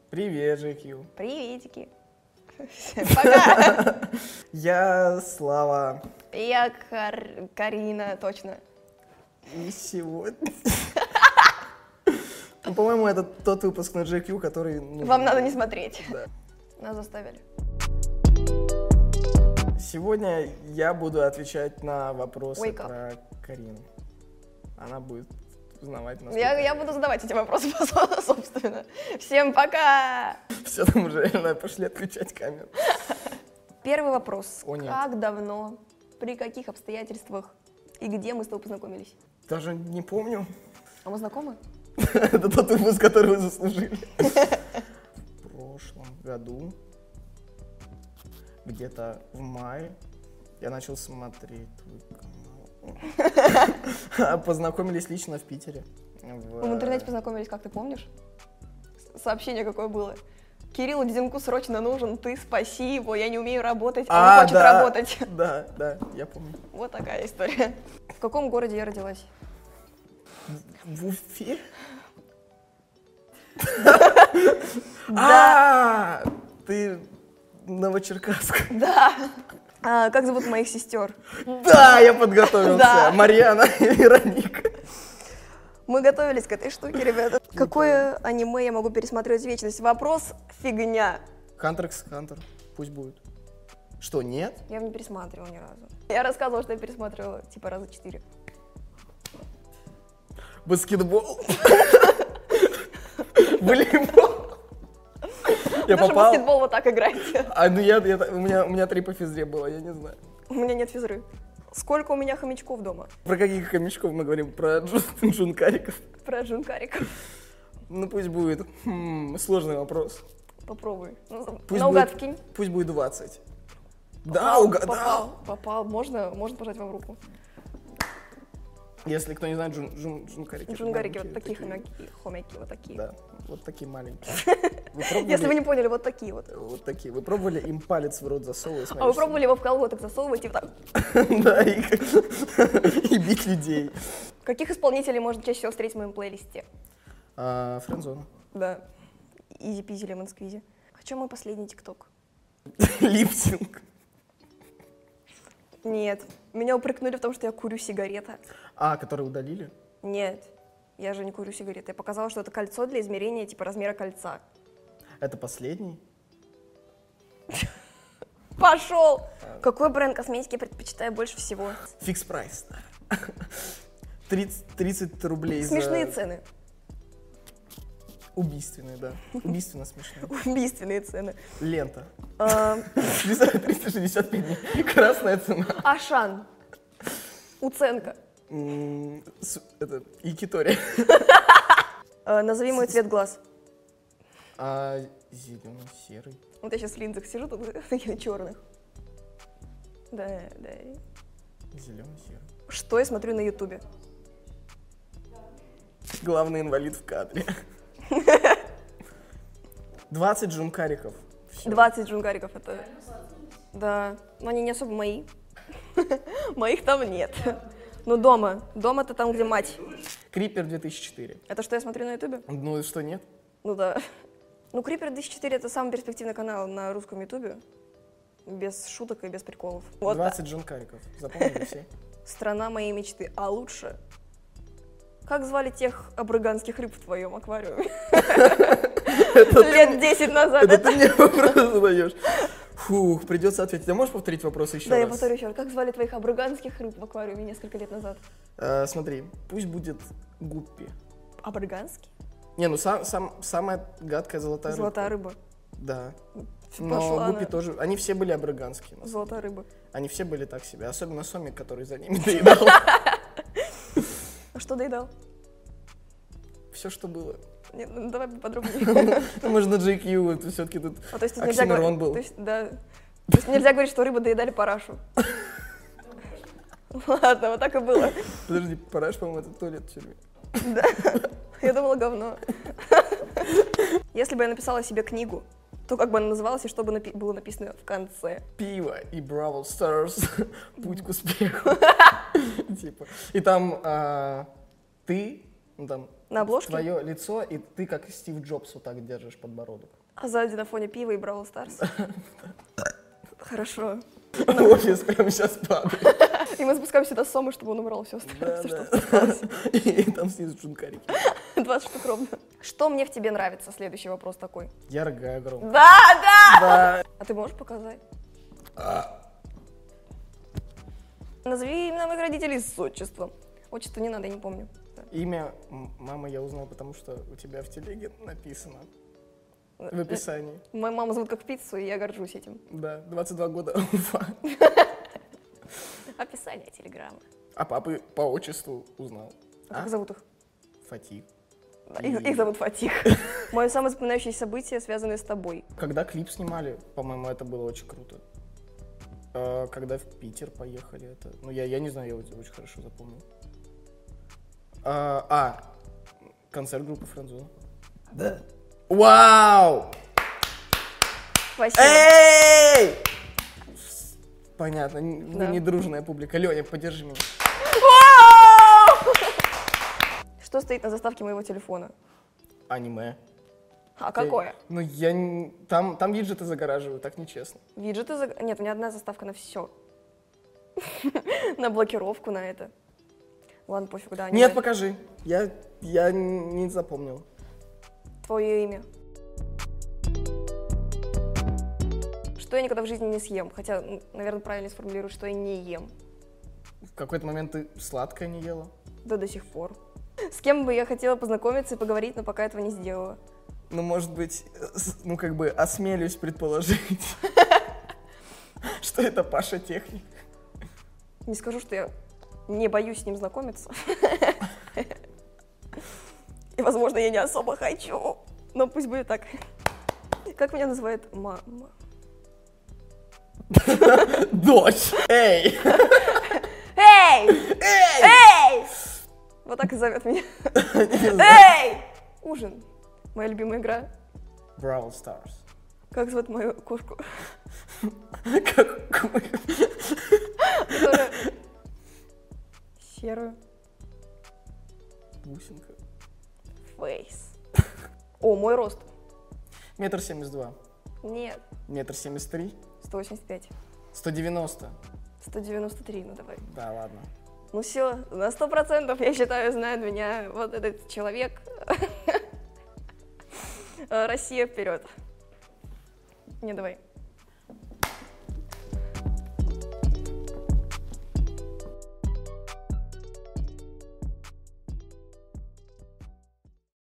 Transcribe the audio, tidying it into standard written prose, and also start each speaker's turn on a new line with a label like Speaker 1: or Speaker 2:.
Speaker 1: Привет, GQ.
Speaker 2: Приветики. Всем пока.
Speaker 1: Я Слава.
Speaker 2: Я Карина, точно.
Speaker 1: И сегодня... Ну, по-моему, это тот выпуск на GQ, который...
Speaker 2: Вам надо не смотреть.
Speaker 1: Да.
Speaker 2: Нас заставили.
Speaker 1: Сегодня я буду отвечать на вопросы
Speaker 2: Wake up.
Speaker 1: про Карину. Она будет узнавать нас.
Speaker 2: Я буду задавать эти вопросы, собственно. Всем пока.
Speaker 1: Все, там уже реально пошли отключать камеру.
Speaker 2: Первый вопрос.
Speaker 1: О, нет.
Speaker 2: Как давно, при каких обстоятельствах и где мы с тобой познакомились?
Speaker 1: Даже не помню.
Speaker 2: А мы знакомы?
Speaker 1: Это тот выпуск, который вы заслужили. В прошлом году, где-то в мае, я начал смотреть твой канал. Познакомились лично в Питере.
Speaker 2: Мы в интернете познакомились, как ты помнишь? Сообщение какое было? Кириллу Дизенку срочно нужен, ты спаси его, я не умею работать, а он хочет работать.
Speaker 1: Да, я помню.
Speaker 2: Вот такая история. В каком городе я родилась?
Speaker 1: В Уфе?
Speaker 2: Да.
Speaker 1: Ты Новочеркасск.
Speaker 2: Да. Как зовут моих сестер?
Speaker 1: Да, я подготовился.
Speaker 2: Да.
Speaker 1: Марьяна и Вероника.
Speaker 2: Мы готовились к этой штуке, ребята. Какое аниме я могу пересматривать в вечность? Вопрос фигня.
Speaker 1: Хантер x Хантер. Пусть будет. Что, нет?
Speaker 2: Я не пересматривала ни разу. Я рассказывала, что я пересматривала типа раза 4.
Speaker 1: Баскетбол. Волейбол. Я
Speaker 2: Даже
Speaker 1: попал.
Speaker 2: баскетбол вот так играете.
Speaker 1: У меня 3 по физре было, я не знаю.
Speaker 2: У меня нет физры. Сколько у меня хомячков дома?
Speaker 1: Про каких хомячков мы говорим? Про джункариков?
Speaker 2: Про джункариков.
Speaker 1: Ну пусть будет. Сложный вопрос.
Speaker 2: Попробуй.
Speaker 1: Пусть
Speaker 2: Наугад
Speaker 1: будет-
Speaker 2: вкинь.
Speaker 1: Пусть будет 20. Да, угадал.
Speaker 2: Попал. Можно пожать вам руку.
Speaker 1: Если кто не знает, джункарики.
Speaker 2: Джунгарики
Speaker 1: маленькие
Speaker 2: вот такие хомяки вот такие.
Speaker 1: Да, вот такие маленькие. Вы пробовали?
Speaker 2: Если вы не поняли, вот такие вот.
Speaker 1: Вот такие. Вы пробовали им палец в рот засовывать?
Speaker 2: А вы пробовали его в колготок засовывать и вот так?
Speaker 1: Да, и бить людей.
Speaker 2: Каких исполнителей можно чаще всего встретить в моем плейлисте?
Speaker 1: Френдзона.
Speaker 2: Да. Изи пизи лемон сквизи. А что мой последний тикток?
Speaker 1: Липсинг.
Speaker 2: Нет. Меня упрекнули в том, что я курю сигарета.
Speaker 1: Который удалили?
Speaker 2: Нет. Я же не курю сигареты. Я показала, что это кольцо для измерения типа размера кольца.
Speaker 1: Это последний?
Speaker 2: Пошел! Какой бренд косметики предпочитаю больше всего?
Speaker 1: Фикс прайс. 30 рублей
Speaker 2: Смешные
Speaker 1: за...
Speaker 2: цены.
Speaker 1: Убийственные, да. Убийственно смешные.
Speaker 2: Убийственные цены.
Speaker 1: Лента.
Speaker 2: А,
Speaker 1: 365 дней. Красная цена.
Speaker 2: Ашан. Уценко.
Speaker 1: Это Якитория.
Speaker 2: Назови мой цвет глаз.
Speaker 1: Зеленый-серый.
Speaker 2: Вот я сейчас в линзах сижу, тут таких черных. Да.
Speaker 1: Зеленый-серый.
Speaker 2: Что я смотрю на ютубе?
Speaker 1: Главный инвалид в кадре. 20 джункариков. Всё.
Speaker 2: 20 джунгариков это... Да, но они не особо мои. Моих там нет. Ну дома. Дома-то там, где мать.
Speaker 1: Крипер 2004.
Speaker 2: Это что я смотрю на ютубе?
Speaker 1: Ну и что, нет?
Speaker 2: Ну да. Ну Крипер 2004 это самый перспективный канал на русском ютубе. Без шуток и без приколов. Вот
Speaker 1: 20 джункариков. Запомнили все?
Speaker 2: страна моей мечты. А лучше... Как звали тех абрыганских рыб в твоем аквариуме? Лет 10 назад.
Speaker 1: Это ты мне вопрос задаешь. Фух, придется ответить. А можешь повторить вопрос еще
Speaker 2: Да,
Speaker 1: раз?
Speaker 2: я повторю еще раз. Как звали твоих абрыганских рыб в аквариуме несколько лет назад?
Speaker 1: Смотри, пусть будет гуппи.
Speaker 2: Абрыганский?
Speaker 1: Не, ну самая гадкая золотая рыба.
Speaker 2: Золотая рыба.
Speaker 1: Да.
Speaker 2: Пошла
Speaker 1: Но гуппи
Speaker 2: она.
Speaker 1: тоже. Они все были абрыганские.
Speaker 2: Золотая рыба.
Speaker 1: Они все были так себе. Особенно Сомик, который за ними доедал.
Speaker 2: А что доедал?
Speaker 1: Все, что было.
Speaker 2: Нет, ну, давай поподробнее.
Speaker 1: Можно JQ, это все-таки тут
Speaker 2: А, то есть тут нельзя
Speaker 1: Оксимирон
Speaker 2: говорить...
Speaker 1: был.
Speaker 2: То есть, да. То есть нельзя говорить, что рыбы доедали парашу. Ладно, вот так и было.
Speaker 1: Подожди, параш, по-моему, это туалет в тюрьме.
Speaker 2: Да. Я думала, говно. Если бы я написала себе книгу, то как бы она называлась и что бы было написано в конце?
Speaker 1: Пиво и Бравл Старс. Путь к успеху. Типа. И там ты, ну там
Speaker 2: На обложке?
Speaker 1: Твое лицо, и ты как Стив Джобс вот так держишь подбородок.
Speaker 2: А сзади на фоне пива и Бравл Старс. Хорошо.
Speaker 1: Офис прямо сейчас падает.
Speaker 2: И мы спускаемся до Сомы, чтобы он убрал все остальное,
Speaker 1: Да,
Speaker 2: что осталось.
Speaker 1: И там снизу джункарики.
Speaker 2: 20 штук ровно. Что мне в тебе нравится? Следующий вопрос такой.
Speaker 1: Я рыгаю громко.
Speaker 2: Да!
Speaker 1: Да.
Speaker 2: А ты можешь показать? Назови имена моих родителей с отчеством. Отчество не надо, я не помню.
Speaker 1: Имя мамы я узнал, потому что у тебя в телеге написано. В описании.
Speaker 2: Мою маму зовут как пиццу, и я горжусь этим.
Speaker 1: Да, 22 года Уфа.
Speaker 2: Описание телеграммы.
Speaker 1: А папы по отчеству узнал.
Speaker 2: А как зовут их?
Speaker 1: Фатих.
Speaker 2: Да, их зовут Фатих. Мое самое запоминающееся событие, связанное с тобой.
Speaker 1: Когда клип снимали, по-моему, это было очень круто. Когда в Питер поехали, это... Ну, я не знаю, я очень хорошо запомнил. Концерт группы Френдзона. Да. Вау!
Speaker 2: Спасибо.
Speaker 1: Эй! Понятно, вы не дружная публика. Леня, поддержи меня.
Speaker 2: Что стоит на заставке моего телефона?
Speaker 1: Аниме.
Speaker 2: А какое?
Speaker 1: Ну, там виджеты загораживают, так нечестно.
Speaker 2: Виджеты? Нет, у меня одна заставка на все. На блокировку, на это. Ладно, пофиг, да.
Speaker 1: Нет, покажи. Я не запомнил.
Speaker 2: Твое имя. Что я никогда в жизни не съем? Хотя, наверное, правильно сформулирую, что я не ем.
Speaker 1: В какой-то момент ты сладкое не ела?
Speaker 2: Да до сих пор. С кем бы я хотела познакомиться и поговорить, но пока этого не сделала.
Speaker 1: Ну, может быть, осмелюсь предположить, что это Паша Техник.
Speaker 2: Не скажу, что я не боюсь с ним знакомиться. И, возможно, я не особо хочу. Но пусть будет так. Как меня называет мама?
Speaker 1: Дочь! Эй!
Speaker 2: Эй! Эй! Вот так и зовет меня. Эй! Ужин. Моя любимая игра.
Speaker 1: Бравл Старс.
Speaker 2: Как зовут мою кошку?
Speaker 1: Какую?
Speaker 2: Которая серую.
Speaker 1: Бусинка.
Speaker 2: Фейс. О, мой рост.
Speaker 1: 1,72 м.
Speaker 2: Нет.
Speaker 1: 1,73 м.
Speaker 2: 185.
Speaker 1: 190.
Speaker 2: 193, ну давай.
Speaker 1: Да, ладно.
Speaker 2: Ну все, на 100% я считаю, знает меня вот этот человек. Россия вперед. Не, давай.